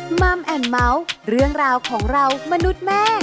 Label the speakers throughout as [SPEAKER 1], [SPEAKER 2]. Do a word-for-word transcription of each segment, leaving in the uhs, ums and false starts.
[SPEAKER 1] มัมแอนด์เมาส์เรื่องราวของเรามนุษย์แม่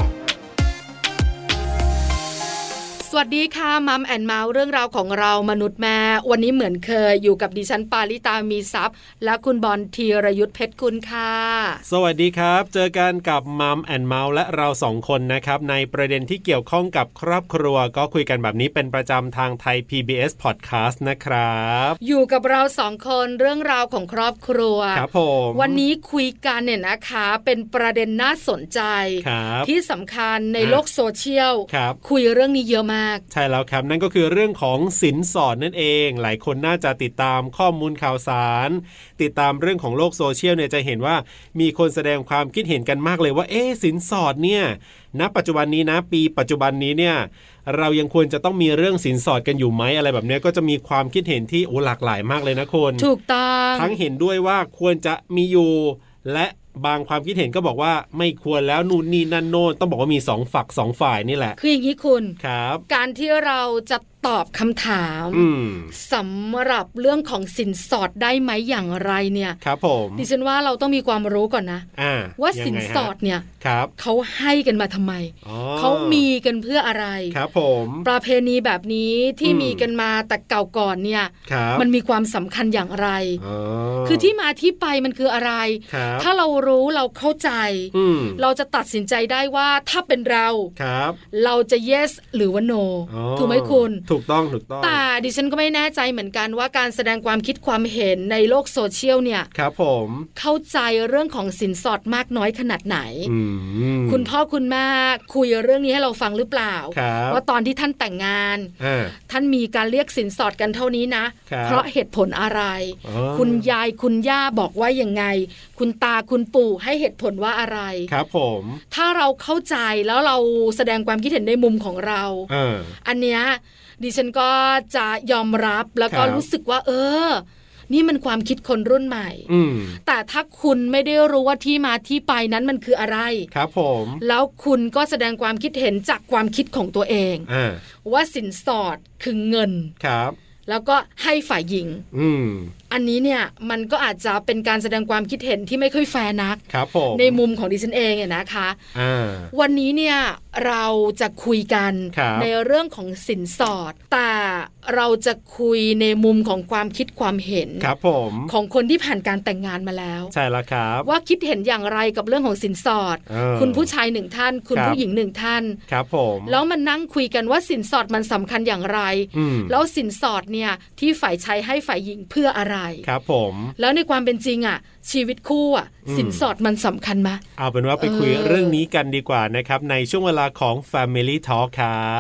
[SPEAKER 2] สวัสดีค่ะมัมแอนด์เมาส์เรื่องราวของเรามนุษย์แม่วันนี้เหมือนเคยอยู่กับดิฉันปาริตามีทรัพย์และคุณบอลธีรยุทธเพชรกุลค่ะ
[SPEAKER 3] สวัสดีครับเจอกันกับมัมแอนด์เมาส์และเราสองคนนะครับในประเด็นที่เกี่ยวข้องกับครอบครัวก็คุยกันแบบนี้เป็นประจำทางไทย พี บี เอส Podcast นะครับ
[SPEAKER 2] อยู่กับเราสองคนเรื่องราวของครอบครัว
[SPEAKER 3] ครับผม
[SPEAKER 2] วันนี้คุยกันเนี่ยนะคะเป็นประเด็นน่าสนใจที่สำคัญในโลกโซเชียลคุยเรื่องนี้เยอะมาก
[SPEAKER 3] ใช่แล้วครับนั่นก็คือเรื่องของสินสอดนั่นเองหลายคนน่าจะติดตามข้อมูลข่าวสารติดตามเรื่องของโลกโซเชียลเนี่ยจะเห็นว่ามีคนแสดงความคิดเห็นกันมากเลยว่าเอ๊ะสินสอดเนี่ยณปัจจุบันนี้นะปีปัจจุบันนี้เนี่ยเรายังควรจะต้องมีเรื่องสินสอดกันอยู่ไหมอะไรแบบนี้ก็จะมีความคิดเห็นที่โอ้หลากหลายมากเลยนะคุณ
[SPEAKER 2] ถูกต้อง
[SPEAKER 3] ทั้งเห็นด้วยว่าควรจะมีอยู่และบางความคิดเห็นก็บอกว่าไม่ควรแล้วนู่นนี่นั่นโน่นต้องบอกว่ามีสองฝักสองฝ่ายนี่แหละ
[SPEAKER 2] คืออย่างนี้คุณ
[SPEAKER 3] ครับ
[SPEAKER 2] การที่เราจะตอบคำถามสำหรับเรื่องของสินสอดได้ไหมอย่างไรเนี่ย
[SPEAKER 3] ครับผม
[SPEAKER 2] ดิฉันว่าเราต้องมีความรู้ก่อนนะว่าสินสอดเนี่ยเขาให้กันมาทำไมเขามีกันเพื่ออะไร
[SPEAKER 3] ครับผม
[SPEAKER 2] ประเพณีแบบนี้ที่มีกันมาแต่เก่าก่อนเนี่ยมันมีความสำคัญอย่างไรคือที่มาที่ไปมันคืออะไรถ้าเรารู้เราเข้าใจเราจะตัดสินใจได้ว่าถ้าเป็นเราเราจะ yes หรือว่า no ถูกไหมคุณ
[SPEAKER 3] ถูกต้องถูกต้อง
[SPEAKER 2] แต่ดิฉันก็ไม่แน่ใจเหมือนกันว่าการแสดงความคิดความเห็นในโลกโซเชียลเนี่ย
[SPEAKER 3] ครับผม
[SPEAKER 2] เข้าใจเรื่องของสินสอดมากน้อยขนาดไหนคุณพ่อคุณแม่คุยเรื่องนี้ให้เราฟังหรือเปล่าว่าตอนที่ท่านแต่งงานท่านมีการเรียกสินสอดกันเท่านี้นะเพราะเหตุผลอะไรคุณยายคุณย่าบอกว่ายังไงคุณตาคุณปู่ให้เหตุผลว่าอะไร
[SPEAKER 3] ครับผม
[SPEAKER 2] ถ้าเราเข้าใจแล้วเราแสดงความคิดเห็นในมุมของเราอันเนี้ยดิฉันก็จะยอมรับแล้วก็รู้สึกว่าเออนี่มันความคิดคนรุ่นใหม่แต่ถ้าคุณไม่ได้รู้ว่าที่มาที่ไปนั้นมันคืออะไร
[SPEAKER 3] ครับผม
[SPEAKER 2] แล้วคุณก็แสดงความคิดเห็นจากความคิดของตัวเองว่าสินสอดคือเงิน
[SPEAKER 3] ครับ
[SPEAKER 2] แล้วก็ให้ฝ่ายหญิงอันนี้เนี่ยมันก็อาจจะเป็นการแสดงความคิดเห็นที่ไม่ค่อยแฟร์นักในมุมของดิฉันเองเนี่ยนะคะวันนี้เนี่ยเราจะคุยกันในเรื่องของสินสอดแต่เราจะคุยในมุมของความคิดความเห็นของคนที่ผ่านการแต่งงานมาแล้ว
[SPEAKER 3] ใช่แล้วครับ
[SPEAKER 2] ว่าคิดเห็นอย่างไรกับเรื่องของสินสอดคุณผู้ชายหนึ่งท่านคุณผู้หญิงหนึ่งท่าน
[SPEAKER 3] ครับผม
[SPEAKER 2] แล้วมันนั่งคุยกันว่าสินสอดมันสำคัญอย่างไรแล้วสินสอดเนี่ยที่ฝ่ายชายให้ฝ่ายหญิงเพื่ออะไร
[SPEAKER 3] ครับผม
[SPEAKER 2] แล้วในความเป็นจริงอ่ะชีวิตคู่อ่ะสินสอดมันสำคัญไหม
[SPEAKER 3] เอาเป็นว่าไปคุยเรื่องนี้กันดีกว่านะครับในช่วงเวลาของ Family Talk ครับ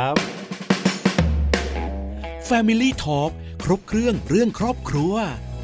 [SPEAKER 4] Family Talk ครบเครื่องเรื่องครอบครัว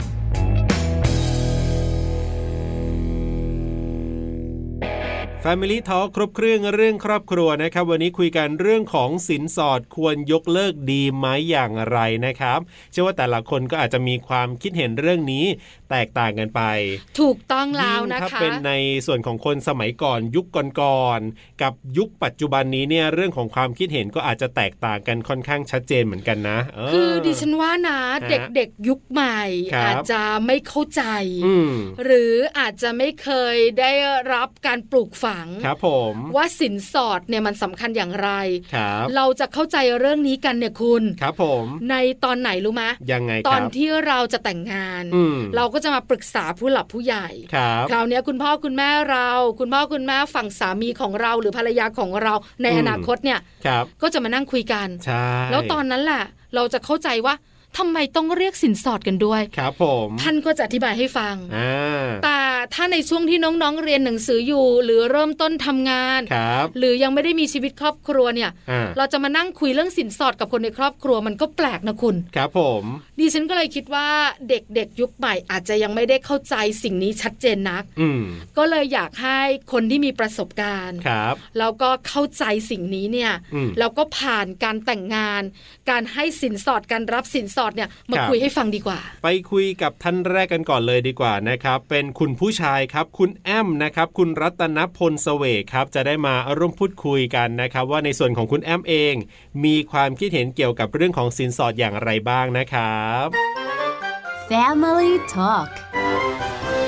[SPEAKER 3] Family Talk ครบเครื่องเรื่องครอบครัวนะครับวันนี้คุยกันเรื่องของสินสอดควรยกเลิกดีไหมอย่างไรนะครับเชื่อว่าแต่ละคนก็อาจจะมีความคิดเห็นเรื่องนี้แตกต่างกันไป
[SPEAKER 2] ถูกต้องแล้วนะคะ
[SPEAKER 3] ถ้าเป็นในส่วนของคนสมัยก่อนยุคก่อนๆกับยุคปัจจุบันนี้เนี่ยเรื่องของความคิดเห็นก็อาจจะแตกต่างกันค่อนข้างชัดเจนเหมือนกันนะเออ
[SPEAKER 2] คือดิฉันว่านะเด็กๆยุคใหม่อาจจะไม่เข้าใจหรืออาจจะไม่เคยได้รับการปลูกฝัง
[SPEAKER 3] ครับผม
[SPEAKER 2] ว่าสินสอดเนี่ยมันสำคัญอย่างไร
[SPEAKER 3] ครับ
[SPEAKER 2] เราจะเข้าใจเรื่องนี้กันเนี่ยคุณ
[SPEAKER 3] ครับผม
[SPEAKER 2] ในตอนไหนรู้ไหม
[SPEAKER 3] ยังไงครับ
[SPEAKER 2] ตอนที่เราจะแต่งงานเราก็จะมาปรึกษาผู้หลักผู้ใหญ่คราวนี้คุณพ่อคุณแม่เราคุณพ่อคุณแม่ฝั่งสามีของเราหรือภรรยาของเราในอนาคตเนี่ยก็จะมานั่งคุยกันแล้วตอนนั้นแหละเราจะเข้าใจว่าทำไมต้องเรียกสินสอดกันด้วย
[SPEAKER 3] ครับผม
[SPEAKER 2] ท่านก็จะอธิบายให้ฟังแต่ถ้าในช่วงที่น้องๆเรียนหนังสืออยู่หรือเริ่มต้นทำงานหรือยังไม่ได้มีชีวิตครอบครัวเนี่ยเราจะมานั่งคุยเรื่องสินสอดกับคนในครอบครัวมันก็แปลกนะคุณ
[SPEAKER 3] ครับผม
[SPEAKER 2] ดิฉันก็เลยคิดว่าเด็กๆยุคใหม่อาจจะยังไม่ได้เข้าใจสิ่งนี้ชัดเจนนักก็เลยอยากให้คนที่มีประสบการณ์แล้วก็เข้าใจสิ่งนี้เนี่ยแล้วก็ผ่านการแต่งงานการให้สินสอดการรับสินสอดเนี่ยมาคุยให้ฟังดีกว่า
[SPEAKER 3] ไปคุยกับท่านแรกกันก่อนเลยดีกว่านะครับเป็นคุณผู้ชายครับคุณแอมนะครับคุณรัตนพลเสวกครับจะได้มาร่วมพูดคุยกันนะครับว่าในส่วนของคุณแอมเองมีความคิดเห็นเกี่ยวกับเรื่องของสินสอดอย่างไรบ้างนะครับ
[SPEAKER 1] Family Talk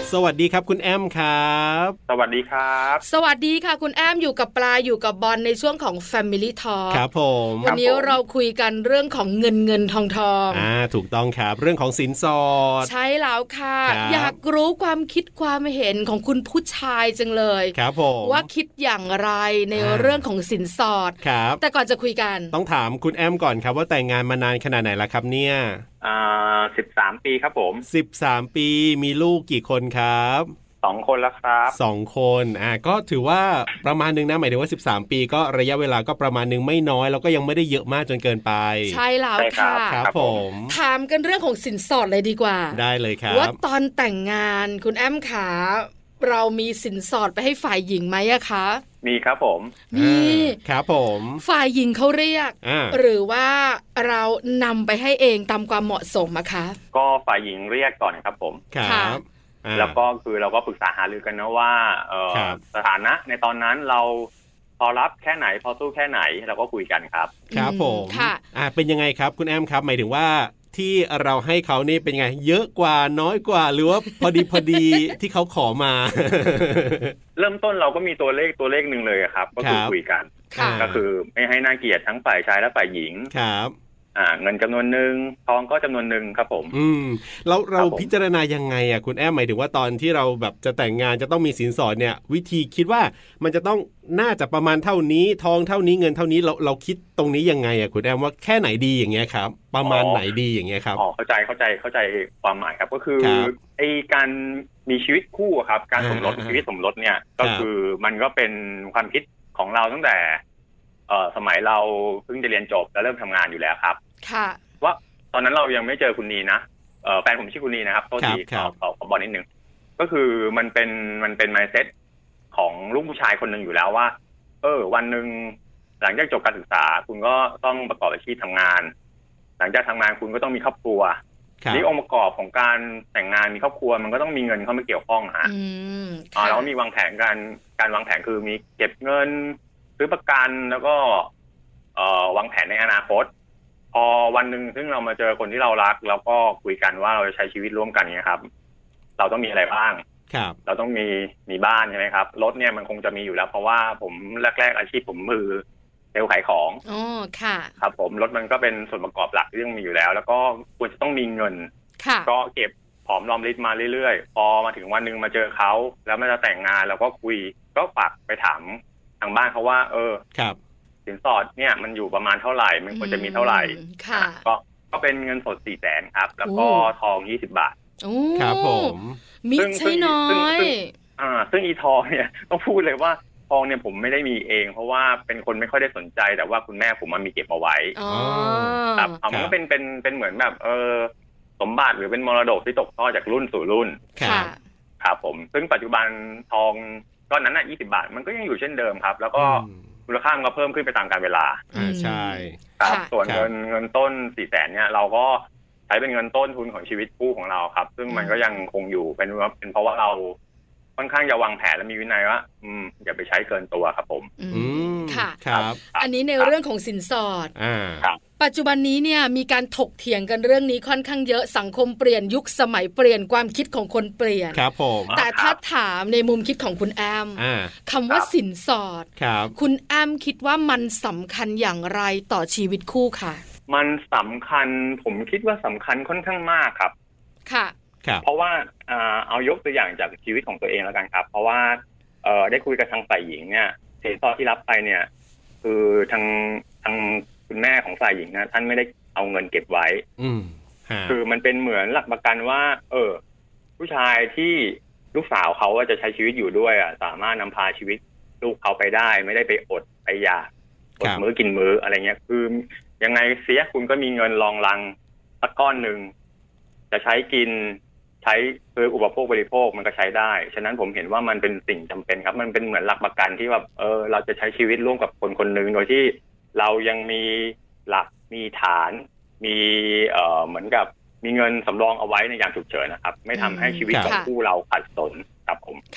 [SPEAKER 3] สวัสดีครับคุณแอมครับ
[SPEAKER 5] สวัสดีครับ
[SPEAKER 2] สวัสดีค่ะคุณแอมอยู่กับปลาอยู่กับบอลในช่วงของ Family Talk
[SPEAKER 3] ครับผม
[SPEAKER 2] วันนี้เราคุยกันเรื่องของเงินเงินทองทอง
[SPEAKER 3] อ่าถูกต้องครับเรื่องของสินสอด
[SPEAKER 2] ใช่แล้วค่ะอยากรู้ความคิดความเห็นของคุณผู้ชายจังเลย
[SPEAKER 3] ครับผม
[SPEAKER 2] ว่าคิดอย่างไรในเรื่องของสินสอด
[SPEAKER 3] ครับ
[SPEAKER 2] แต่ก่อนจะคุยกัน
[SPEAKER 3] ต้องถามคุณแอมก่อนครับว่าแต่งงานมานานขนาดไหนแล้วครับเนี่ย
[SPEAKER 5] อ่าสิบสามปีครับผม
[SPEAKER 3] สิบสามปีมีลูกกี่คนครับ
[SPEAKER 5] สองคนแล้วครับ
[SPEAKER 3] สองคนอ่าก็ถือว่าประมาณนึงนะหมายถึงว่าสิบสามปีก็ระยะเวลาก็ประมาณนึงไม่น้อยแล้วก็ยังไม่ได้เยอะมากจนเกินไป
[SPEAKER 2] ใช่แล้วค่ะ
[SPEAKER 3] ครับผม
[SPEAKER 2] ถามกันเรื่องของสินสอดเลยดีกว่า
[SPEAKER 3] ได้เลยครับ
[SPEAKER 2] ว่าตอนแต่งงานคุณแอมขาเรามีสินสอดไปให้ฝ่ายหญิงไหมอะคะ
[SPEAKER 5] มีครับผม
[SPEAKER 2] มี
[SPEAKER 3] ครับผม
[SPEAKER 2] ฝ่ายหญิงเขาเรียกหรือว่าเรานำไปให้เองตามความเหมาะสมอะคะ
[SPEAKER 5] ก็ฝ่ายหญิงเรียกก่อนครับผม
[SPEAKER 3] ครับ
[SPEAKER 5] แล้วก็คือเราก็ปรึกษาหารือกันนะว่าเอ่อสถานะในตอนนั้นเราพอรับแค่ไหนพอสู้แค่ไหนเราก็คุยกันครับ
[SPEAKER 3] ครับผม
[SPEAKER 2] ค่ะ
[SPEAKER 3] อ่าเป็นยังไงครับคุณแอมครับหมายถึงว่าที่เราให้เขานี่เป็นไงเยอะกว่าน้อยกว่าหรือว่าพอดีพอดีที่เขาขอมา
[SPEAKER 5] เริ่มต้นเราก็มีตัวเลขตัวเลขนึงเลยครับก็คือคุยกันก็คือไม่ให้น่าเกลียดทั้งฝ่ายชายและฝ่ายหญิง
[SPEAKER 3] ครับ
[SPEAKER 5] อ่าเงินจำนวนหนึ่งทองก็จำนวนหนึ่งครับผม
[SPEAKER 3] อืมแล้วเราพิจารณายังไงอ่ะคุณแอมหมายถึงว่าตอนที่เราแบบจะแต่งงานจะต้องมีสินสอดเนี่ยวิธีคิดว่ามันจะต้องน่าจะประมาณเท่านี้ทองเท่านี้เงินเท่านี้เราเราคิดตรงนี้ยังไงอ่ะคุณแอมว่าแค่ไหนดีอย่างเงี้ยครับประมาณไหนดีอย่างเงี้ยครับ
[SPEAKER 5] อ๋อเข้าใจเข้าใจเข้าใจความหมายครับก็คือไอ้การมีชีวิตคู่ครับการสมรสชีวิตสมรสเนี่ยก็คือมันก็เป็นความคิดของเราตั้งแต่เอ่อสมัยเราเพิ่งจะเรียนจบแล้วเริ่มทำงานอยู่แล้วครับ
[SPEAKER 2] ค่ะ
[SPEAKER 5] ว่าตอนนั้นเรายังไม่เจอคุณนีนะเอ่อแฟนผมชื่อคุณนีนะครับโทษทีขอขอขอบอกนิดนึงก็คือมันเป็นมันเป็น mindset ของลูกผู้ชายคนหนึ่งอยู่แล้วว่าเออวันนึงหลังจากจบการศึกษาคุณก็ต้องประกอบอาชีพทำงานหลังจากทำงานคุณก็ต้องมีครอบครัวนี่องค์ประกอบของการแต่งงานมีครอบครัวมันก็ต้องมีเงินเข้ามาเกี่ยวข้องฮะอ๋อแล้วมีวางแผนการการวางแผนคือมีเก็บเงินซื้อประกันแล้วก็เอ่อวางแผนในอนาคตพอวันนึงซึ่งเรามาเจอคนที่เรารักแล้วก็คุยกันว่าเราจะใช้ชีวิตร่วมกันเนี่ยครับเราต้องมีอะไรบ้าง
[SPEAKER 3] ครับ
[SPEAKER 5] เราต้องมีมีบ้านใช่ไหมครับรถเนี่ยมันคงจะมีอยู่แล้วเพราะว่าผมแรกๆอาชีพผมมือเซลล์ขายของ
[SPEAKER 2] อ๋อค่ะ
[SPEAKER 5] ครับผมรถมันก็เป็นส่วนประกอบหลักที่ต้องมีอยู่แล้วแล้วก็ควรจะต้องมีเงินก็เก็บหอมรอมริบมาเรื่อยๆพอมาถึงวันนึงมาเจอเขาแล้วมันจะแต่งงานเราก็คุยก็ฝากไปถามทางบ้านเขาว่าเออ
[SPEAKER 3] ครับ
[SPEAKER 5] สินสอดเนี่ยมันอยู่ประมาณเท่าไหร่มันควรจะมีเท่าไหร่ก็ก็เป็นเงินสด สี่แสน ครับแล้วก็ทองยี่สิบบาท
[SPEAKER 3] ครับผม
[SPEAKER 2] มิใช่น้อย
[SPEAKER 5] อ่าซึ่งอีทองเนี่ยต้องพูดเลยว่าทองเนี่ยผมไม่ได้มีเองเพราะว่าเป็นคนไม่ค่อยได้สนใจแต่ว่าคุณแม่ผมมันมีเก็บเอาไว้ครับมันก็เป็นเป็นเป็นเหมือนแบบเออสมบัติหรือเป็นมรดกที่ตกทอดจากรุ่นสู่รุ่น
[SPEAKER 2] ครับ
[SPEAKER 5] ครับผมซึ่งปัจจุบันทองก้อนนั้นน่ะยี่สิบบาทมันก็ยังอยู่เช่นเดิมครับแล้วก็มูลค่ามันก็เพิ่มขึ้นไปตามกาลเวลา
[SPEAKER 3] อ่าใช่
[SPEAKER 5] ครับส่วนเงินเงินต้น สี่แสน เนี่ยเราก็ใช้เป็นเงินต้นทุนของชีวิตคู่ของเราครับซึ่งมันก็ยังคงอยู่เป็นเป็นเพราะว่าเราค่อนข้างจะวางแผนและมีวินัยว่าอืมอย่าไปใช้เกินตัวครับผม
[SPEAKER 3] อืม
[SPEAKER 2] ค่ะ
[SPEAKER 3] ครับ
[SPEAKER 2] อันนี้ในเรื่องของสินสอด
[SPEAKER 3] อ่า
[SPEAKER 5] ครับ
[SPEAKER 2] ปัจจุบันนี้เนี่ยมีการถกเถียงกันเรื่องนี้ค่อนข้างเยอะสังคมเปลี่ยนยุคสมัยเปลี่ยนความคิดของคนเปลี่ยน
[SPEAKER 3] ครับผม
[SPEAKER 2] แต่ถ้าถามในมุมคิดของคุณแอมคำว่าสินสอด
[SPEAKER 3] ครับ
[SPEAKER 2] คุณแอมคิดว่ามันสำคัญอย่างไรต่อชีวิตคู่ค่ะ
[SPEAKER 5] มันสำคัญผมคิดว่าสำคัญค่อนข้างมากครับ
[SPEAKER 2] ค่ะ
[SPEAKER 5] เพราะว่าเอายกตัวอย่างจากชีวิตของตัวเองแล้วกันครับเพราะว่าเอ่อได้คุยกับทางฝ่ายหญิงเนี่ยสินสอดที่รับไปเนี่ยคือทางทางคุณแม่ของฝ่ายหญิงนะท่านไม่ได้เอาเงินเก็บไว้
[SPEAKER 3] อืม
[SPEAKER 5] คือมันเป็นเหมือนหลักประกันว่าเออผู้ชายที่ลูกสาวเขาว่าจะใช้ชีวิตอยู่ด้วยอ่ะสามารถนำพาชีวิตลูกเขาไปได้ไม่ได้ไปอดไปอยากอดมื้อกินมื้ออะไรเงี้ยคือยังไงเสียคุณก็มีเงินรองรังสักก้อนนึงจะใช้กินใช้ซื้ออุปโภคบริโภคมันก็ใช้ได้ฉะนั้นผมเห็นว่ามันเป็นสิ่งจำเป็นครับมันเป็นเหมือนหลักประกันที่แบบเออเราจะใช้ชีวิตร่วมกับคนคนนึงโดยที่เรายังมีหลักมีฐานมีเอ่อเหมือนกับมีเงินสำรองเอาไว้ในยามฉุกเฉินนะครับไม่ทำให้ชีวิตของคู่เราขัดสนครับผม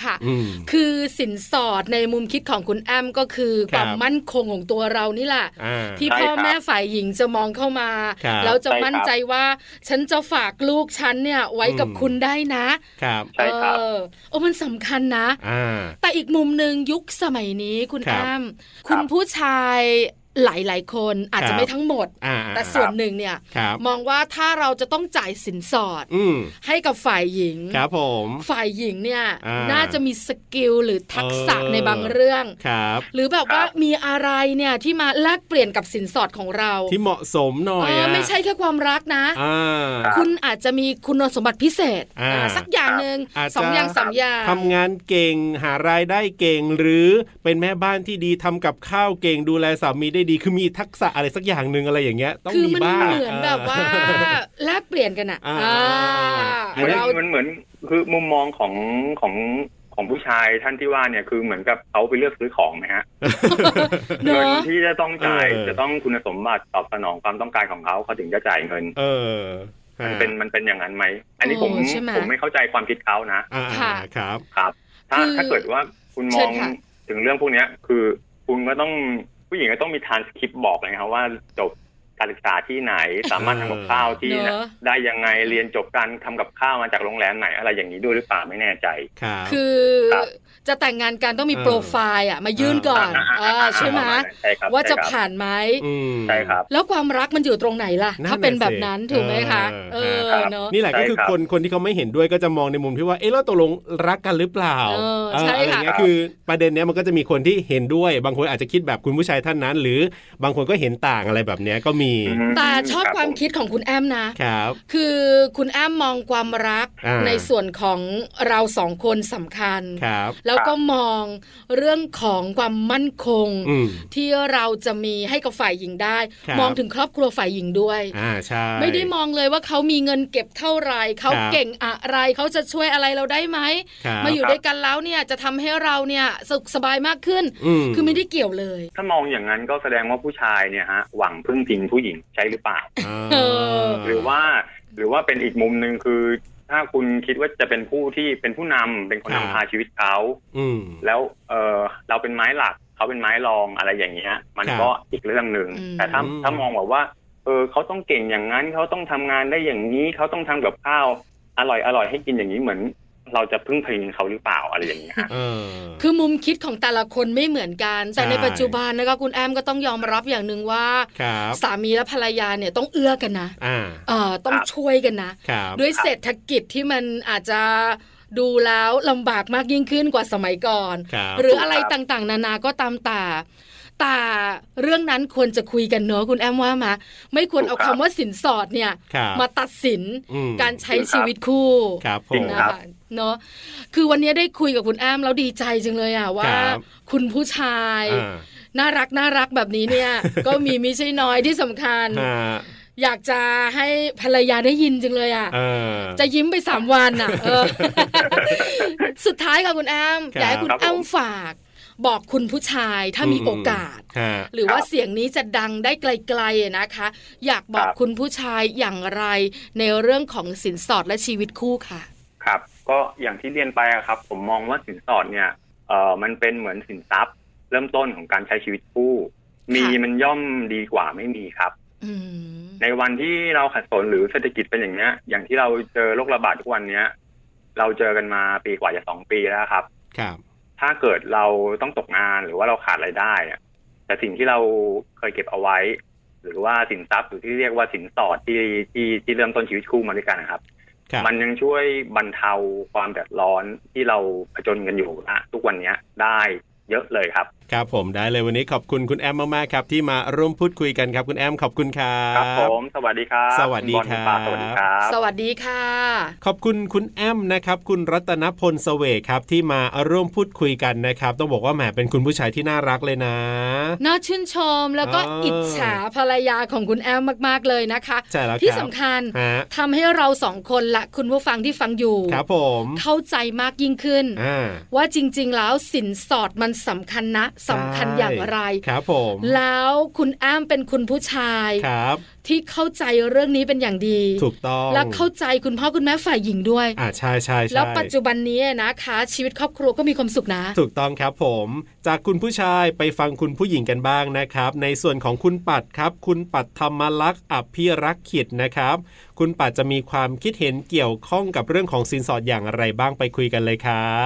[SPEAKER 2] ค่ะคือสินสอดในมุมคิดของคุณแอมก็คือความมั่นคงของตัวเรานี่แหละที่พ่อแม่ฝ่ายหญิงจะมองเข้ามาแล้วจะมั่นใจว่าฉันจะฝากลูกฉันเนี่ยไว้กับคุณได้นะครับ
[SPEAKER 5] ใช่ครับ
[SPEAKER 2] โอ้มันสำคัญนะแต่อีกมุมนึงยุคสมัยนี้คุณแอมคุณผู้ชายหลายๆคนอาจจะไม่ทั้งหมดแต่ส่วนหนึ่งเนี่ยมองว่าถ้าเราจะต้องจ่ายสินสอดให้กับฝ่ายหญิง
[SPEAKER 3] ครับผม
[SPEAKER 2] ฝ่ายหญิงเนี่ยน่าจะมีสกิลหรือทักษะในบางเรื่องหรือแบบว่ามีอะไรเนี่ยที่มาแลกเปลี่ยนกับสินสอดของเรา
[SPEAKER 3] ที่เหมาะสมหน่อย
[SPEAKER 2] ไม่ใช่แค่ความรักนะคุณอาจจะมีคุณสมบัติพิเศษสักอย่างนึงสองอย่างสามอย่าง
[SPEAKER 3] ทำงานเก่งหารายได้เก่งหรือเป็นแม่บ้านที่ดีทำกับข้าวเก่งดูแลสามีได้ดีคือมีทักษะอะไรสักอย่างนึงอะไรอย่างเงี้ยต้องมีบ้าง
[SPEAKER 2] คือมันเหมือนแบบว่าแลกเปลี่ยนกันอ่ะ
[SPEAKER 5] เรามันเหมือนคือมุมมองของของของผู้ชายท่านที่ว่าเนี่ยคือเหมือนกับเขาไปเลือกซื้อของนะฮะเงินที่จะต้องจ่ายจะต้องคุณสมบัติตอบสนองความต้องการของเขาเขาถึงจะจ่ายเงิน
[SPEAKER 3] เออ
[SPEAKER 5] มันเป็นมันเป็นอย่างนั้นไหมอันนี้ผมผมไม่เข้าใจความคิดเขานะ
[SPEAKER 3] ค่ะครับ
[SPEAKER 5] ครับถ้าถ้าเกิดว่าคุณมองถึงเรื่องพวกนี้คือคุณก็ต้องผู้หญิงก็ต้องมีทรานสคริปต์บอกเลยครับว่าจบการศึกษาที่ไหนสามารถทำกับข้าวที่ได้ยังไงเรียนจบการทำกับข้าวมาจากโรงแรมไหนอะไรอย่างนี้ด้วยหรือเปล่าไม่แน่ใจ
[SPEAKER 2] คือจะแต่งงานกันต้องมีโปรไฟล์อ่ะมายื่นก่อนใช่ไหมว่าจะผ่านไหม
[SPEAKER 5] ใช่ครับ
[SPEAKER 2] แล้วความรักมันอยู่ตรงไหนล่ะถ้าเป็นแบบนั้นถูกไหมคะเออเนาะ
[SPEAKER 3] นี่แหละก็คือคนคนที่เขาไม่เห็นด้วยก็จะมองในมุมที่ว่าเอ๊ะแล้วตกลงรักกันหรือเปล่า
[SPEAKER 2] ใช่ค่ะ
[SPEAKER 3] คือประเด็นเนี้ยมันก็จะมีคนที่เห็นด้วยบางคนอาจจะคิดแบบคุณผู้ชายท่านนั้นหรือบางคนก็เห็นต่างอะไรแบบเนี้ยก็มี
[SPEAKER 2] แต่ชอบความคิดของคุณแอมนะครับคือคุณแอมมองความรักในส่วนของเราสองคนสำคัญแล้วก็มองเรื่องของความมั่นคงที่เราจะมีให้กับฝ่ายหญิงได้มองถึงครอบครัวฝ่ายหญิงด้วยไม่ได้มองเลยว่าเขามีเงินเก็บเท่าไหร่เขาเก่งอะไรเขาจะช่วยอะไรเราได้ไหมมาอยู่ด้วยกันแล้วเนี่ยจะทำให้เราเนี่ยสุขสบายมากขึ้นคือไม่ได้เกี่ยวเลย
[SPEAKER 5] ถ้ามองอย่างนั้นก็แสดงว่าผู้ชายเนี่ยฮะหวังพึ่งพิงผู้หญิงใช่หรือเปล่าหรือว่าหรือว่าเป็นอีกมุมนึงคือถ้าคุณคิดว่าจะเป็นผู้ที่เป็นผู้นำเป็นคนนำพาชีวิตเขาแล้วเออเราเป็นไม้หลักเขาเป็นไม้รองอะไรอย่างเงี้ยมันก็อีกเรื่องนึงแต่ถ้าถ้ามองแบบว่าเออเขาต้องเก่งอย่างนั้นเขาต้องทำงานได้อย่างนี้เขาต้องทำกับข้าวอร่อยอร่อยให้กินอย่างนี้เหมือนเราจะพึ่งพิงเขาหรือเปล่าอะไรอย่างเงี้ย
[SPEAKER 2] คือมุมคิดของแต่ละคนไม่เหมือนกันแต่ในปัจจุบันนะคะคุณแอมก็ต้องยอมรับอย่างนึงว่าสามีและภรรยาเนี่ยต้องเอื้อกันนะเออต้องช่วยกันนะด้วยเศรษฐกิจที่มันอาจจะดูแล้วลำบากมากยิ่งขึ้นกว่าสมัยก่อนหรืออะไรต่างๆนานาก็ตามแต่แต่เรื่องนั้นควรจะคุยกันเนอะคุณแอมว่ามาไม่ควรเอาคำว่าสินสอดเนี่ยมาตัดสินการใช้ชีวิตคู่นะคะเนอะคือวันนี้ได้คุยกับคุณแอมแล้วดีใจจังเลยอ่ะว่าคุณผู้ชายน่ารักน่ารักแบบนี้เนี่ยก็มีไม่ใช่น้อยที่สำคัญอยากจะให้ภรรยาได้ยินจังเลยอ่ะจะยิ้มไปสามวันอ่ะสุดท้ายค่ะคุณแอมอยากให้คุณแอมฝากบอกคุณผู้ชายถ้ามีโอกาสหรือว่าเสียงนี้จะดังได้ไกลๆนะคะอยากบอกคุณผู้ชายอย่างไรในเรื่องของสินสอดและชีวิตคู่ค่ะ
[SPEAKER 5] ครับก็อย่างที่เรียนไปอะครับผมมองว่าสินสอดเนี่ยเอ่อมันเป็นเหมือนสินทรัพย์เริ่มต้นของการใช้ชีวิตคู่มีมันย่อมดีกว่าไม่มีครับในวันที่เราขัดสนหรือเศรษฐกิจเป็นอย่างเนี้ยอย่างที่เราเจอโรคระบาดทุกวันเนี้ยเราเจอกันมาปีกว่าจะสองปีแล้วครับ
[SPEAKER 3] ครับ
[SPEAKER 5] ถ้าเกิดเราต้องตกงานหรือว่าเราขาดรายได้อะแต่สิ่งที่เราเคยเก็บเอาไว้หรือว่าสินทรัพย์หรือที่เรียกว่าสินสอดที่ที่ที่เริ่มต้นชีวิตคู่มาด้วยกันนะครับมันยังช่วยบรรเทาความเดือดร้อนที่เราผจญกันอยู่นะทุกวันนี้ได้เยอะเลยครับ
[SPEAKER 3] ครับผมได้เลยวันนี้ขอบคุณคุณแอมมากๆครับที่มาร่วมพูดคุยกันครับคุณแอมขอบคุณครับ
[SPEAKER 5] ครับผมสวัสดีครับ
[SPEAKER 3] สวัสดีครับ
[SPEAKER 5] สวัสดีครับ
[SPEAKER 2] สวัสดีค่ะ
[SPEAKER 3] ขอบคุณคุณแอมนะครับคุณรัตนพลเสวกครับที่มาร่วมพูดคุยกันนะครับต้องบอกว่าแหมเป็นคุณผู้ชายที่น่ารักเลยนะ
[SPEAKER 2] น่าชื่นชมแล้วก็อิจฉาภรรยาของคุณแอมมากๆเลยนะคะที่สำคัญทำให้เราสองคนและคุณผู้ฟังที่ฟังอยู่
[SPEAKER 3] ครับผม
[SPEAKER 2] เข้าใจมากยิ่งขึ้นว่าจริงๆแล้วสินสอดมันสำคัญนะสำคัญอย่างไร
[SPEAKER 3] ครับผม
[SPEAKER 2] แล้วคุณอ้ำเป็นคุณผู้ชาย
[SPEAKER 3] ครับ
[SPEAKER 2] ที่เข้าใจเรื่องนี้เป็นอย่างดี
[SPEAKER 3] ถูกต้อง
[SPEAKER 2] และเข้าใจคุณพ่อคุณแม่ฝ่ายหญิงด้วย
[SPEAKER 3] อ่าใช่ใช่
[SPEAKER 2] แล้วปัจจุบันนี้นะคะชีวิตครอบครัวก็มีความสุขนะ
[SPEAKER 3] ถูกต้องครับผมจากคุณผู้ชายไปฟังคุณผู้หญิงกันบ้างนะครับในส่วนของคุณปัดครับคุณปัดธรรมลักษณ์อภิรักษ์ขิดนะครับคุณปัดจะมีความคิดเห็นเกี่ยวข้องกับเรื่องของสินสอดอย่างไรบ้างไปคุยกันเลยครับ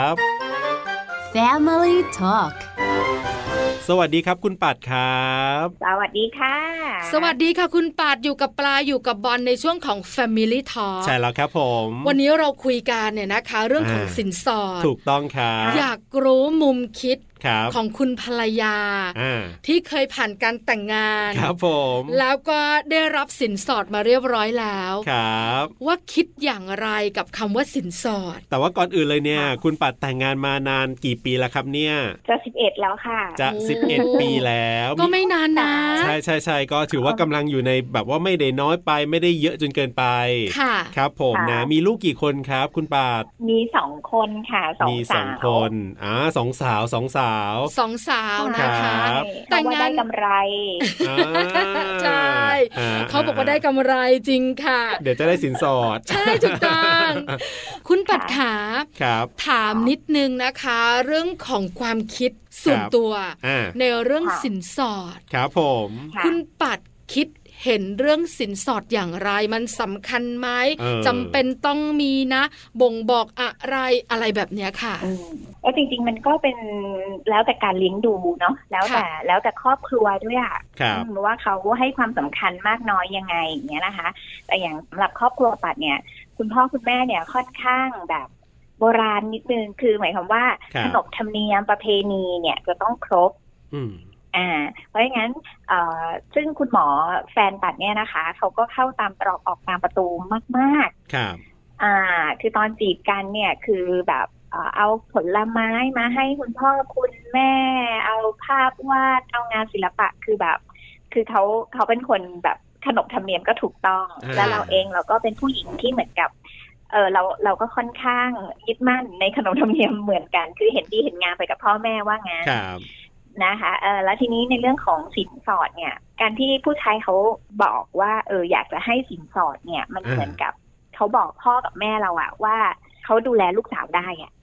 [SPEAKER 1] Family Talk
[SPEAKER 3] สวัสดีครับคุณปัดครับ
[SPEAKER 6] สวัสดีค่ะ
[SPEAKER 2] สวัสดีค่ะคุณปัดอยู่กับปลาอยู่กับบอลในช่วงของ Family Talk
[SPEAKER 3] ใช่แล้วครับผม
[SPEAKER 2] วันนี้เราคุยกันเนี่ยนะคะเรื่องของสินสอด
[SPEAKER 3] ถูกต้องครับ
[SPEAKER 2] อยากรู้มุมคิด
[SPEAKER 3] ของ
[SPEAKER 2] คุณภรรยาที่เคยผ่านการแต่งงาน
[SPEAKER 3] ครับผม
[SPEAKER 2] แล้วก็ได้รับสินสอดมาเรียบร้อยแล้ว
[SPEAKER 3] ครับ
[SPEAKER 2] ว่าคิดอย่างไรกับคำว่าสินสอด
[SPEAKER 3] แต่ว่าก่อนอื่นเลยเนี่ยคุณปัดแต่งงานมานานกี่ปีแล้วครับเนี่ย
[SPEAKER 6] จะสิบเอ็ดแล้วค่ะ
[SPEAKER 3] จะสิบเอ็ดปีแล้ว
[SPEAKER 2] ก็ไม่นานนะ
[SPEAKER 3] ใช่ใช่ใช่ก็ถือว่ากำลังอยู่ในแบบว่าไม่ได้น้อยไปไม่ได้เยอะจนเกินไป
[SPEAKER 2] ค่ะ
[SPEAKER 3] ครับผมนะมีลูกกี่คนครับคุณปัด
[SPEAKER 6] มีสองคนค่ะสองสาวมีสอง
[SPEAKER 3] คนอ่าสองสาวสองสาว
[SPEAKER 2] สองสาวนะคะ
[SPEAKER 6] แต่งงานได้กำไร
[SPEAKER 2] ใช่เขาบอกว่าได้กำไรจริงค่ะ
[SPEAKER 3] เดี๋ยวจะได้สินสอด
[SPEAKER 2] ใช่ถูกต้องคุณปัดขา
[SPEAKER 3] ครับ
[SPEAKER 2] ถามนิดนึงนะคะเรื่องของความคิดส่วนตัวในเรื่องสินสอด
[SPEAKER 3] ครับผม
[SPEAKER 2] คุณปัดคิดเห็นเรื่องสินสอดอย่างไรมันสำคัญไหมจำเป็นต้องมีนะบ่งบอกอะไรอะไรแบบนี้ค่ะ
[SPEAKER 6] ก็จริงๆมันก็เป็นแล้วแต่การเลี้ยงดูเนาะแล้วแต่แล้วแต่ครอบครัวด้วยอ่ะว่าเขาให้ความสำคัญมากน้อยยังไงอย่างเงี้ยนะคะแต่อย่างสำหรับครอบครัวปัดเนี่ยคุณพ่อคุณแม่เนี่ยค่อนข้างแบบโบราณนิดนึงคือหมายความว่าขนบธรรมเนียมประเพณีเนี่ยจะต้องครบอ่าเพราะงั้นซึ่งคุณหมอแฟนปัดเนี่ยนะคะเขาก็เข้าตามตรอกออกตามประตูมาก
[SPEAKER 3] ๆครับ
[SPEAKER 6] อ่าคือตอนจีบกันเนี่ยคือแบบเอาผลไม้มาให้คุณพ่อคุณแม่เอาภาพวาดเอางานศิลปะคือแบบคือเขาเขาเป็นคนแบบขนบธรรมเนียมก็ถูกต้องแล้วเราเองเราก็เป็นผู้หญิงที่เหมือนกับเออเราเราก็ค่อนข้างยึดมั่นในขนบธรรมเนียมเหมือนกันคือเห็นดีเห็นงามไปกับพ่อแม่ว่างั้นนะคะเออแล้วทีนี้ในเรื่องของสินสอดเนี่ยการที่ผู้ชายเขาบอกว่าเอออยากจะให้สินสอดเนี่ยมันเหมือนกับเขาบอกพ่อกับแม่เราอะว่าเขาดูแลลูกสาวได้อะ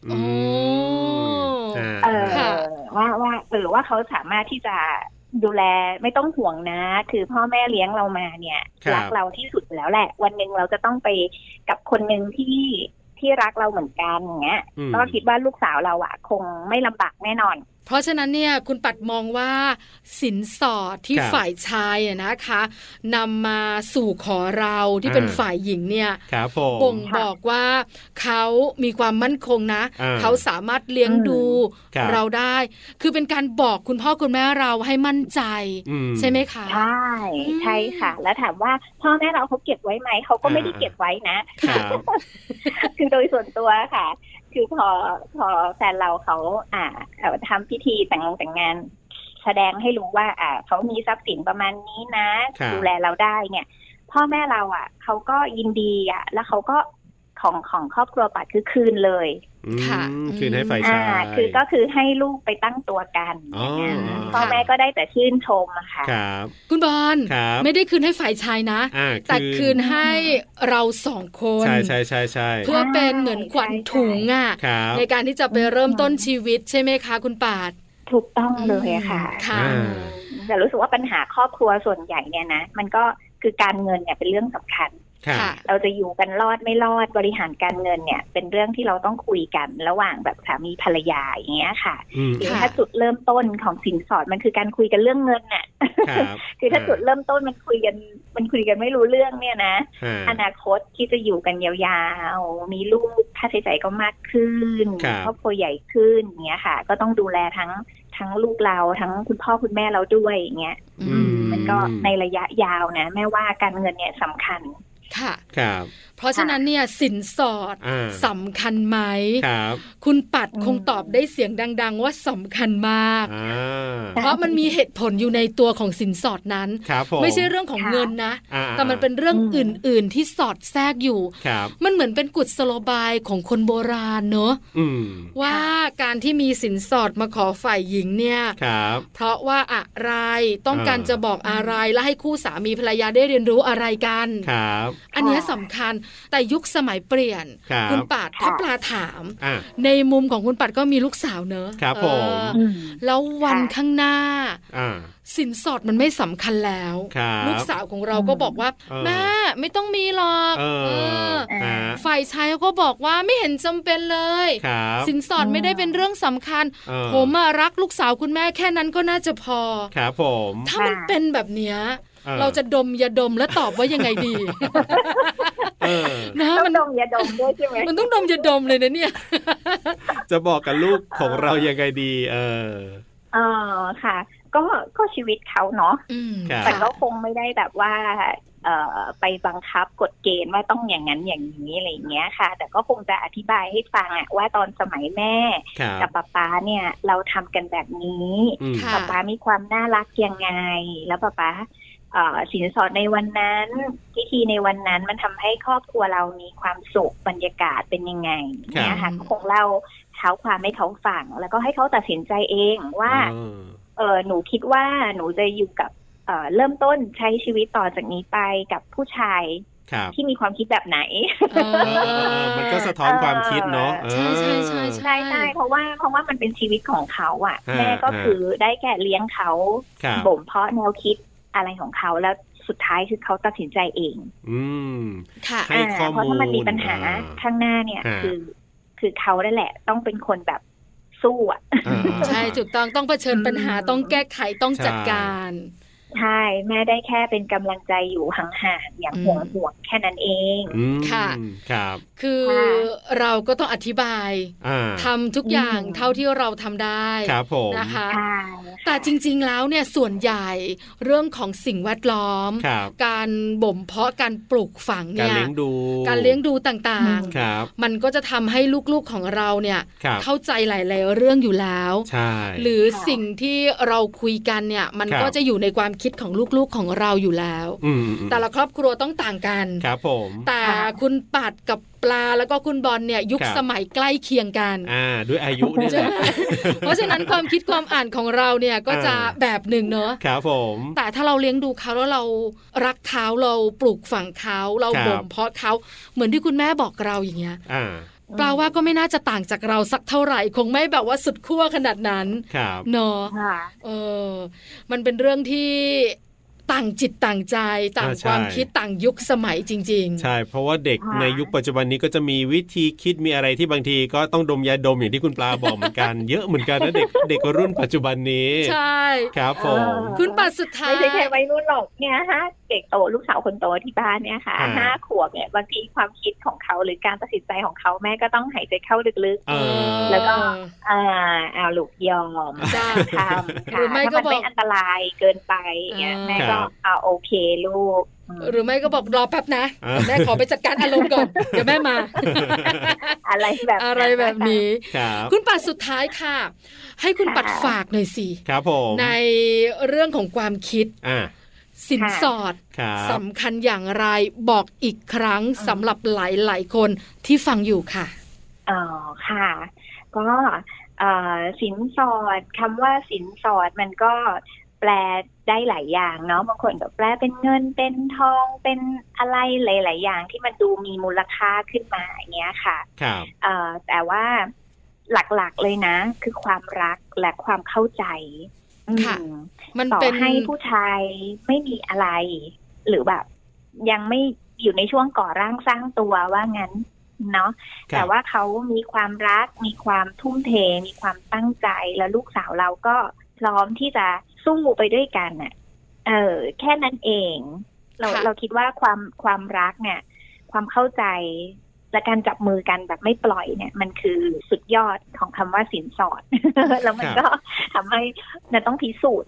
[SPEAKER 6] เออว่าว่าเออว่าเขาสามารถที่จะดูแลไม่ต้องห่วงนะคือพ่อแม่เลี้ยงเรามาเนี่ยรักเราที่สุดแล้วแหละวันนึงเราจะต้องไปกับคนนึงที่ที่รักเราเหมือนกันอย่างเงี้ยก็คิดว่าลูกสาวเราอะคงไม่ลำบากแน่นอน
[SPEAKER 2] เพราะฉะนั้นเนี่ยคุณปัดมองว่าสินสอดที่ฝ่ายชายนะคะนำมาสู่ขอเราที่เป็นฝ่ายหญิงเนี่ยบ่งบอกว่าเขามีความมั่นคงนะเขาสามารถเลี้ยงดูเราได้คือเป็นการบอกคุณพ่อคุณแม่เราให้มั่นใจใช่ไหมคะ
[SPEAKER 6] ใช่ใช่ค่ะแล้วถามว่าพ่อแม่เราเขาเก็บไว้ไหมเขาก็ไม่ได้เก็บไว้นะคือโดยส่วนตัวค่ะคือพอพอแฟนเราเขาอ่าทำพิธีแต่งงานแต่งงานแสดงให้รู้ว่าอ่าเขามีทรัพย์สินประมาณนี้นะดูแลเราได้เนี่ยพ่อแม่เราอ่ะเขาก็ยินดีอ่ะแล้วเขาก็ของของครอบครัวปัดคือคืนเลย
[SPEAKER 3] ค่ะคืนให้ฝ่ายชาย
[SPEAKER 6] คือก็คือให้ลูกไปตั้งตัวกันพ่อแม่ก็ได้แต่ชื่นชมอะค่ะ
[SPEAKER 2] คุณบอลไม่ได้คืนให้ฝ่ายชายนะแต่คืนให้เราสองคน
[SPEAKER 3] ใช่ใช่ใช่ใช่
[SPEAKER 2] เพื่อเป็นเหมือนขวัญถุงอ่ะในการที่จะไปเริ่มต้นชีวิตใช่ไหมคะคุณปาด
[SPEAKER 6] ถูกต้องเลยค่ะแต่รู้สึกว่าปัญหาครอบครัวส่วนใหญ่เนี่ยนะมันก็คือการเงินเนี่ยเป็นเรื่องสำคัญเราจะอยู่กันรอดไม่รอดบริหารการเงินเนี่ยเป็นเรื่องที่เราต้องคุยกันระหว่างแบบสามีภรรยาอย่างเงี้ยค่ะหรือถ้าจุดเริ่มต้นของสินสอดมันคือการคุยกันเรื่องเงินน่ะคือถ้าจุดเริ่มต้นมันคุยกันมันคุยกันไม่รู้เรื่องเนี่ยนะอนาคตที่จะอยู่กันยาวๆมีลูกค่าใช้จ่ายก็มากขึ้นครอบครัวใหญ่ขึ้นอย่างเงี้ยค่ะก็ต้องดูแลทั้งทั้งลูกเราทั้งคุณพ่อคุณแม่เราด้วยอย่างเงี้ยมันก็ในระยะยาวนะแม่ว่าการเงินเนี่ยสำคัญ
[SPEAKER 2] ค่ะ
[SPEAKER 3] ครับ
[SPEAKER 2] เพราะฉะนั้นเนี่ยสินสอดสำคัญไหม
[SPEAKER 3] ครับ
[SPEAKER 2] คุณปัดคงตอบได้เสียงดังๆว่าสำคัญมากเพราะมันมีเหตุผลอยู่ในตัวของสินสอดนั้นไม่ใช่เรื่องของเงินนะแต่มันเป็นเรื่องอื่นๆที่สอดแทรกอยู่มันเหมือนเป็นกุศโลบายของคนโบราณเนอะว่าการที่มีสินสอดมาขอฝ่ายหญิงเนี่ยเพราะว่าอะไรต้องการจะบอกอะไรและให้คู่สามีภรรยาได้เรียนรู้อะไรกันอันนี้สำคัญแต่ยุคสมัยเปลี่ยนคุณปัดถ้าปลาถามในมุมของคุณปัดก็มีลูกสาวเนอะ
[SPEAKER 3] ครับผม
[SPEAKER 2] แล้ววันข้างหน้าสินสอดมันไม่สำคัญแล้วลูกสาวของเราก็บอกว่าแม่ไม่ต้องมีหรอกฝ่ายชายก็บอกว่าไม่เห็นจำเป็นเลยสินสอดไม่ได้เป็นเรื่องสำคัญผมรักลูกสาวคุณแม่แค่นั้นก็น่าจะพอ
[SPEAKER 3] ครับผม
[SPEAKER 2] ถ้ามันเป็นแบบเนี้ยเราจะดมยาดมแล้วตอบว่ายังไงดี
[SPEAKER 6] นะมันดมยาดมด้วยใช่ไหม
[SPEAKER 2] มันต้องดมยาดมเลยนะเนี่ย
[SPEAKER 3] จะบอกกับลูกของเรายังไงดีเออ
[SPEAKER 6] เออค่ะก็ก็ชีวิตเขาเนาะแต่ก็คงไม่ได้แบบว่าเอ่อไปบังคับกฎเกณฑ์ว่าต้องอย่างนั้นอย่างนี้อะไรอย่างเงี้ยค่ะแต่ก็คงจะอธิบายให้ฟังอะว่าตอนสมัยแม่กับป๊าป๊าเนี่ยเราทำกันแบบนี้ป๊าป๊ามีความน่ารักยังไงแล้วป๊าป๊าสินสอดในวันนั้นพิธีในวันนั้นมันทำให้ครอบครัวเรามีความสุขบรรยากาศเป็นยังไงเนี่ยค่ะคงเล่าเท้าความให้เขาฟังแล้วก็ให้เขาตัดสินใจเองว่าเออหนูคิดว่าหนูจะอยู่กับเอ่อเริ่มต้นใช้ชีวิตต่อจากนี้ไปกับผู้ชายที่มีความคิดแบบไหน
[SPEAKER 3] มันก็สะท้อนความคิดเนาะ
[SPEAKER 2] ใช่ใช่ใช่
[SPEAKER 6] ใช่ใช่เพราะว่าเพราะว่ามันเป็นชีวิตของเขาอ่ะแม่ก็คือได้แค่เลี้ยงเขาบ่มเพาะแนวคิดอะไรของเขาแล้วสุดท้ายคือเขาตัดสินใจเอง
[SPEAKER 3] อืม
[SPEAKER 2] ค่ะ
[SPEAKER 3] ให้ข้อมูล
[SPEAKER 6] เพราะถ้ามันมีปัญหาข้างหน้าเนี่ยคือคือเขาได้แหละต้องเป็นคนแบบสู้อ่ะ
[SPEAKER 2] ใช่ถูกต้องต้องเผชิญปัญหาต้องแก้ไขต้องจัดการ
[SPEAKER 6] ใช่แม่ได้แค่เป็นกำลังใจอยู่ห่างๆอย่างห่วงห่วงแค่นั้นเอง
[SPEAKER 2] ค่ะ
[SPEAKER 3] ครับ
[SPEAKER 2] คือเราก็ต้องอธิบายทำทุกอย่างเท่าที่เราทำได้นะคะแต่จริงๆแล้วเนี่ยส่วนใหญ่เรื่องของสิ่งแวดล้อมการบ่มเพาะการปลูกฝังเนี่ย
[SPEAKER 3] การเลี้ยงดู
[SPEAKER 2] การเลี้ยงดูต่างๆมันก็จะทำให้ลูกๆของเราเนี่ยเข้าใจหลายๆเรื่องอยู่แล้วหรือสิ่งที่เราคุยกันเนี่ยมันก็จะอยู่ในความคิดของลูกๆของเราอยู่แล้วแต่ละครอบครัวต้องต่างกัน
[SPEAKER 3] ครับผม
[SPEAKER 2] แต่คุณปัดกับปลาแล้วก็คุณบอลเนี่ยยุคสมัยใกล้เคียงกัน
[SPEAKER 3] อ่าด้วยอายุนี่แหละ
[SPEAKER 2] เพราะฉะนั้นความคิดความอ่านของเราเนี่ยก็จะแบบหนึ่งเนอะ
[SPEAKER 3] ครับผม
[SPEAKER 2] แต่ถ้าเราเลี้ยงดูเขาแล้วเรารักเขาเราปลูกฝังเขาเราบ่มเพาะเขาเหมือนที่คุณแม่บอกเราอย่างเงี้ยปลาว่าก็ไม่น่าจะต่างจากเราสักเท่าไหร่คงไม่แบบว่าสุดขั้วขนาดนั้นเนาะเออมันเป็นเรื่องที่ต่างจิตต่างใจต่างความคิดต่างยุคสมัยจริง
[SPEAKER 3] ๆใช่เพราะว่าเด็กในยุคปัจจุบันนี้ก็จะมีวิธีคิดมีอะไรที่บางทีก็ต้องดมยาดมอย่างที่คุณปลาบอกเหมือนกัน เยอะเหมือนกันนะเด็กเด็กรุ่นปัจจุบันนี้
[SPEAKER 2] ใช่
[SPEAKER 3] ครับผม
[SPEAKER 2] คุณปัดสุดท้าย
[SPEAKER 6] ไม่ใช่แค่วัยรุ่นหรอกเนี่ยฮะเด็กโตลูกสาวคนโตที่บ้านเนี่ยค่ะห้าขวบเนี่ยบางทีความคิดของเขาหรือการตัดสินใจของเขาแม่ก็ต้องหายใจเข้าลึกๆแล้วก็อ่าเอาลูกยอมทำหรือไม่ก็บอกอันตรายเกินไปเนี่ยแม่ก็เอาโอเคลูก
[SPEAKER 2] หรือไม่ก็บอกรอแป๊บนะแม่ขอไปจัดการอารมณ์ก่อนเดี๋ยวแม่มา
[SPEAKER 6] อะไรแบบ
[SPEAKER 2] อะไรแบบนี้คุณปัดสุดท้ายค่ะให้คุณปัดฝากหน่อยสิ
[SPEAKER 3] ครับผม
[SPEAKER 2] ในเรื่องของความคิดสินสอดสำคัญอย่างไรบอกอีกครั้งสำหรับหลายๆคนที่ฟังอยู่ค่ะ
[SPEAKER 6] อ๋อค่ะก็สินสอดคำว่าสินสอดมันก็แปลได้หลายอย่างเนาะบางคนก็แปลเป็นเงินเป็นทองเป็นอะไรหลายๆอย่างที่มันดูมีมูลค่าขึ้นมาอย่างเงี้ยค่ะ
[SPEAKER 3] ครับ
[SPEAKER 6] แต่ว่าหลักๆเลยนะคือความรักและความเข้าใจ
[SPEAKER 2] ค่ะมัน
[SPEAKER 6] ต่อให้ผู้ชายไม่มีอะไรหรือแบบยังไม่อยู่ในช่วงก่อร่างสร้างตัวว่างั้นเนาะแต่ว่าเขามีความรักมีความทุ่มเทมีความตั้งใจแล้วลูกสาวเราก็พร้อมที่จะสู้ไปด้วยกันน่ะเออแค่นั้นเองเราเราคิดว่าความความรักเนี่ยความเข้าใจและการจับมือกันแบบไม่ปล่อยเนี่ยมันคือสุดยอดของคำว่าสินสอด แล้วมันก็ทำให้เราต้องพิสูจน์อ่ะ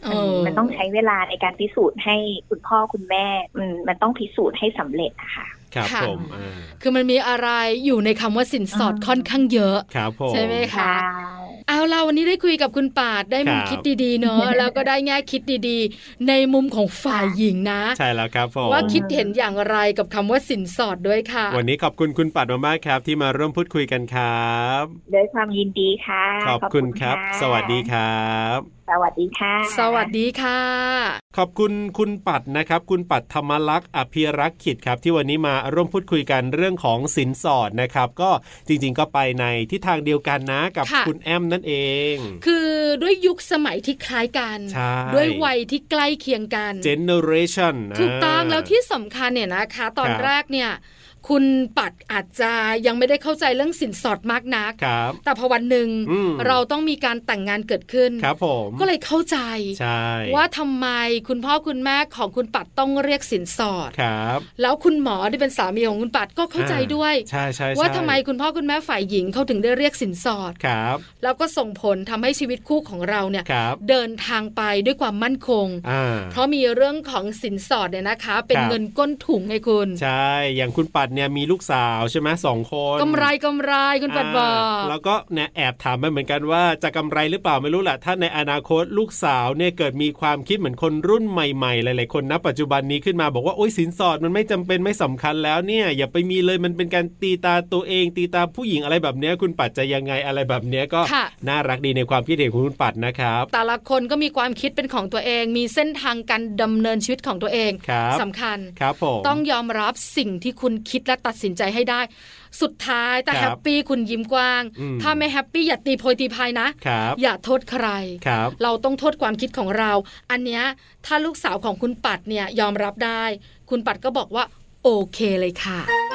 [SPEAKER 6] มันต้องใช้เวลาในการพิสูจน์ให้คุณพ่อคุณแม่มันมันต้องพิสูจน์ให้สำเร็จอะค่ะ
[SPEAKER 3] ครับผม
[SPEAKER 2] คือมันมีอะไรอยู่ในคำว่าสินสอดค่อนข้างเยอะใช่ไหมคะเอาเราวันนี้ได้คุยกับคุณปาดได้มุมคิดดีๆเนอะแล้วก็ได้แง่คิดดีๆในมุมของฝ่ายหญิงนะ
[SPEAKER 3] ใช่แล้วครับผม
[SPEAKER 2] ว่าคิดเห็นอย่างไรกับคำว่าสินสอดด้วยค่ะ
[SPEAKER 3] วันนี้ขอบคุณคุณปาดมากๆครับที่มาร่วมพูดคุยกันครับ
[SPEAKER 6] ด้วยความยินดีค่ะ
[SPEAKER 3] ขอบคุณครับสวัสดีครับ
[SPEAKER 6] สวัสดีค่ะ
[SPEAKER 2] สวัสดีค่ะ
[SPEAKER 3] ขอบคุณคุณปัดนะครับคุณปัดธรรมลักษณ์อภิรักษ์ขิดครับที่วันนี้มาร่วมพูดคุยกันเรื่องของสินสอดนะครับก็จริงๆก็ไปในทิศทางเดียวกันนะกับคุณแอมนั่นเอง
[SPEAKER 2] คือด้วยยุคสมัยที่คล้ายกันด้วยวัยที่ใกล้เคียงกัน
[SPEAKER 3] generation
[SPEAKER 2] ถูกต้องแล้วที่สำคัญเนี่ยนะคะตอนแรกเนี่ยคุณปัดอาจจะยังไม่ได้เข้าใจเรื่องสินสอดมากนักแต่พอวันหนึ่งเราต้องมีการแต่งงานเกิดขึ้นก็เลยเข้าใจว่าทำไมคุณพ่อคุณแม่ของคุณปัดต้องเรียกสินสอดแล้วคุณหมอที่เป็นสามีของคุณปัดก็เข้าใจด้วยว่าทำไมคุณพ่อคุณแม่ฝ่ายหญิงเขาถึงได้เรียกสินสอดแล้วก็ส่งผลทำให้ชีวิตคู่ของเราเนี่ยเดินทางไปด้วยความมั่นคงเพราะมีเรื่องของสินสอดเนี่ยนะคะเป็นเงินก้นถุงไงคุณ
[SPEAKER 3] ใช่อย่างคุณปัดเนี่ยมีลูกสาวใช่ไหมสองคน
[SPEAKER 2] กำไรกำไรคุณปัดบอก
[SPEAKER 3] แล้วก็เนี่ยแอบถามไปเหมือนกันว่าจะกำไรหรือเปล่าไม่รู้แหละถ้าในอนาคตลูกสาวเนี่ยเกิดมีความคิดเหมือนคนรุ่นใหม่ๆหลายๆคนณปัจจุบันนี้ขึ้นมาบอกว่าโอ๊ยสินสอดมันไม่จำเป็นไม่สำคัญแล้วเนี่ยอย่าไปมีเลยมันเป็นการตีตาตัวเองตีตาผู้หญิงอะไรแบบนี้คุณปัดจะยังไงอะไรแบบนี้ก็น่ารักดีในความคิดเห็นของคุณปัดนะครับ
[SPEAKER 2] แต่ละคนก็มีความคิดเป็นของตัวเองมีเส้นทางการดำเนินชีวิตของตัวเองสำคัญ
[SPEAKER 3] ครับผม
[SPEAKER 2] ต้องยอมรับสิ่งที่คุณคิดและตัดสินใจให้ได้สุดท้ายแต่แฮปปี้คุณยิ้มกว้างถ้าไม่แฮปปี้อย่าตีโพยตีพายนะอย่าโทษใครเราต้องโทษความคิดของเราอันเนี้ยถ้าลูกสาวของคุณปัดเนี่ยยอมรับได้คุณปัดก็บอกว่าโอเคเลยค่ะ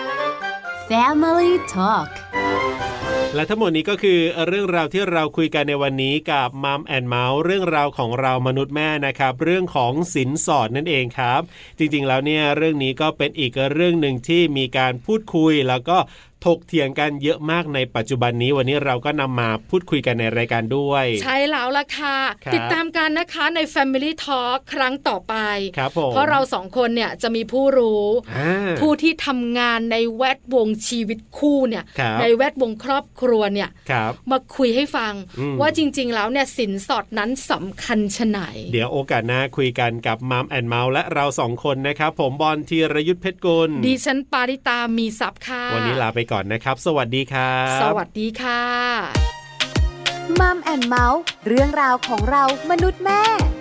[SPEAKER 1] Family Talk
[SPEAKER 3] และทั้งหมดนี้ก็คือเรื่องราวที่เราคุยกันในวันนี้กับมัมแอนด์เมาส์เรื่องราวของเรามนุษย์แม่นะครับเรื่องของสินสอดนั่นเองครับจริงๆแล้วเนี่ยเรื่องนี้ก็เป็นอีกเรื่องนึงที่มีการพูดคุยแล้วก็ถกเถียงกันเยอะมากในปัจจุบันนี้วันนี้เราก็นำมาพูดคุยกันในรายการด้วย
[SPEAKER 2] ใช่แล้วล่ะค่ะติดตามกันนะคะใน Family Talk ครั้งต่อไปเพราะเราสองคนเนี่ยจะมีผู้รู้ผู้ที่ทำงานในแวดวงชีวิตคู่เนี่ยในแวดวงครอบครัวเนี่ยมาคุยให้ฟังว่าจริงๆแล้วเนี่ยสินสอดนั้นสำคัญชะไหน
[SPEAKER 3] เดี๋ยวโอกาสหน้าคุยกันกับมัมแอนด์เมาส์และเราสองคนนะครับผมบอลธีรยุทธเพชรกุล
[SPEAKER 2] ดิฉันปาริตามีทรัพย์ค่ะ
[SPEAKER 3] วันนี้ลาไปก่อนนะครับสวัสดีครับ
[SPEAKER 2] สวัสดีค่ะ
[SPEAKER 1] มัมแอนด์เมาส์เรื่องราวของเรามนุษย์แม่